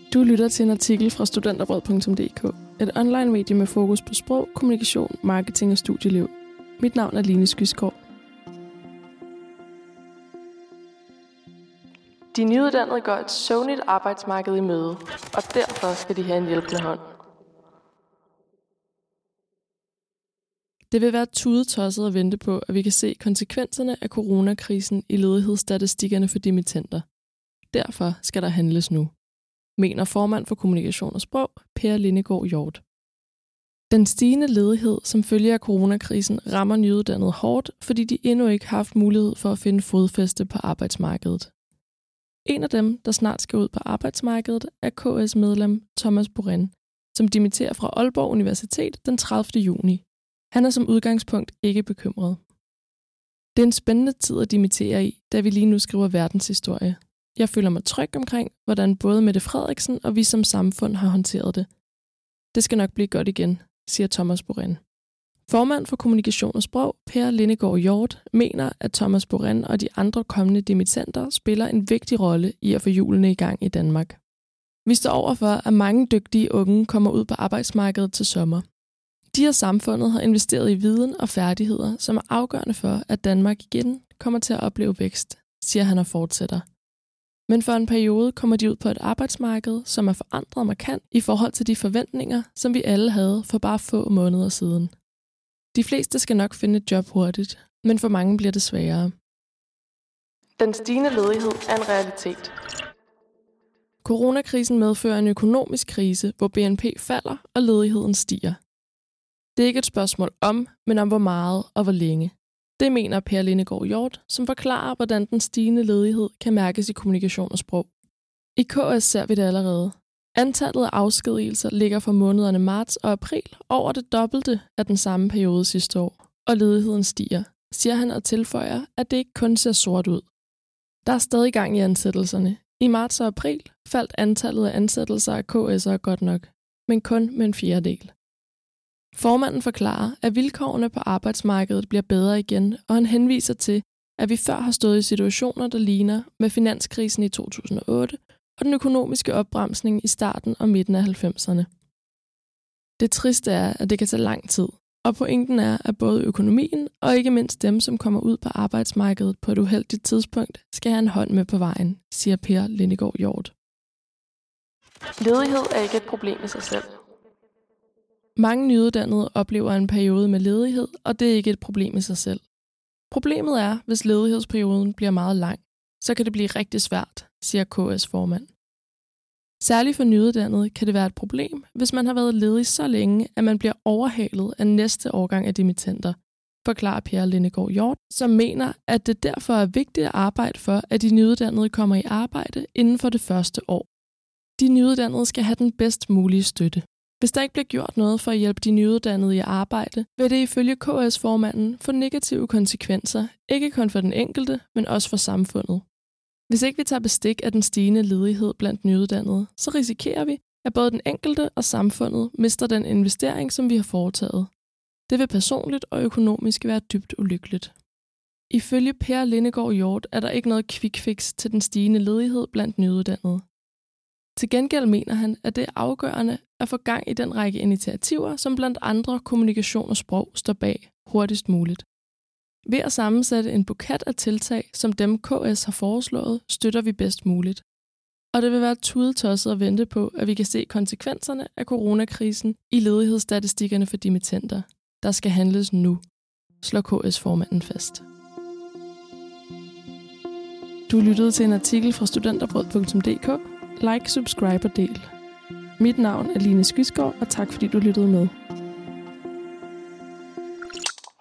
Du lytter til en artikel fra studenterbrød.dk, et online-medie med fokus på sprog, kommunikation, marketing og studieliv. Mit navn er Line Skysgaard. De nyuddannede går et søvnigt arbejdsmarked i møde, og derfor skal de have en hjælpende hånd. Det vil være tudetosset at vente på, at vi kan se konsekvenserne af coronakrisen i ledighedsstatistikkerne for dimittenter. Derfor skal der handles nu, mener formand for kommunikation og sprog, Per Lindegaard Hjort. Den stigende ledighed, som følge af coronakrisen, rammer nyuddannede hårdt, fordi de endnu ikke har haft mulighed for at finde fodfæste på arbejdsmarkedet. En af dem, der snart skal ud på arbejdsmarkedet, er KS-medlem Thomas Boren, som dimitterer fra Aalborg Universitet den 30. juni. Han er som udgangspunkt ikke bekymret. Det er en spændende tid at dimittere i, da vi lige nu skriver verdenshistorie. Jeg føler mig tryg omkring, hvordan både Mette Frederiksen og vi som samfund har håndteret det. Det skal nok blive godt igen, siger Thomas Boren. Formand for kommunikation og sprog, Per Lindegaard Hjort, mener, at Thomas Boren og de andre kommende dimittenter spiller en vigtig rolle i at få hjulene i gang i Danmark. Vi står overfor, at mange dygtige unge kommer ud på arbejdsmarkedet til sommer. De og samfundet har investeret i viden og færdigheder, som er afgørende for, at Danmark igen kommer til at opleve vækst, siger han og fortsætter. Men for en periode kommer de ud på et arbejdsmarked, som er forandret markant i forhold til de forventninger, som vi alle havde for bare få måneder siden. De fleste skal nok finde et job hurtigt, men for mange bliver det sværere. Den stigende ledighed er en realitet. Coronakrisen medfører en økonomisk krise, hvor BNP falder og ledigheden stiger. Det er ikke et spørgsmål om, men om hvor meget og hvor længe. Det mener Per Lindegaard Hjort, som forklarer, hvordan den stigende ledighed kan mærkes i kommunikation og sprog. I KS ser vi det allerede. Antallet af afskedigelser ligger for månederne marts og april over det dobbelte af den samme periode sidste år, og ledigheden stiger, siger han og tilføjer, at det ikke kun ser sort ud. Der er stadig gang i ansættelserne. I marts og april faldt antallet af ansættelser af KS'ere godt nok, men kun med en fjerdedel. Formanden forklarer, at vilkårene på arbejdsmarkedet bliver bedre igen, og han henviser til, at vi før har stået i situationer, der ligner med finanskrisen i 2008 og den økonomiske opbremsning i starten og midten af 90'erne. Det triste er, at det kan tage lang tid, og pointen er, at både økonomien og ikke mindst dem, som kommer ud på arbejdsmarkedet på et uheldigt tidspunkt, skal have en hånd med på vejen, siger Per Lindegaard Hjort. Ledighed er ikke et problem i sig selv. Mange nyuddannede oplever en periode med ledighed, og det er ikke et problem i sig selv. Problemet er, hvis ledighedsperioden bliver meget lang, så kan det blive rigtig svært, siger KS-formand. Særligt for nyuddannede kan det være et problem, hvis man har været ledig så længe, at man bliver overhalet af næste årgang af dimittenter, forklarer Per Lindegaard Hjort, som mener, at det derfor er vigtigt at arbejde for, at de nyuddannede kommer i arbejde inden for det første år. De nyuddannede skal have den bedst mulige støtte. Hvis der ikke bliver gjort noget for at hjælpe de nyuddannede i arbejde, vil det ifølge KS-formanden få negative konsekvenser, ikke kun for den enkelte, men også for samfundet. Hvis ikke vi tager bestik af den stigende ledighed blandt nyuddannede, så risikerer vi, at både den enkelte og samfundet mister den investering, som vi har foretaget. Det vil personligt og økonomisk være dybt ulykkeligt. Ifølge Per Lindegaard Hjort er der ikke noget quick fix til den stigende ledighed blandt nyuddannede. Til gengæld mener han, at det er afgørende at få gang i den række initiativer, som blandt andre kommunikation og sprog står bag hurtigst muligt. Ved at sammensætte en buket af tiltag, som dem KS har foreslået, støtter vi bedst muligt. Og det vil være tudetosset at vente på, at vi kan se konsekvenserne af coronakrisen i ledighedsstatistikkerne for dimittenter. Der skal handles nu, slår KS-formanden fast. Du lyttede til en artikel fra studenterbrød.dk. Like, subscribe og del. Mit navn er Line Skysgaard, og tak fordi du lyttede med.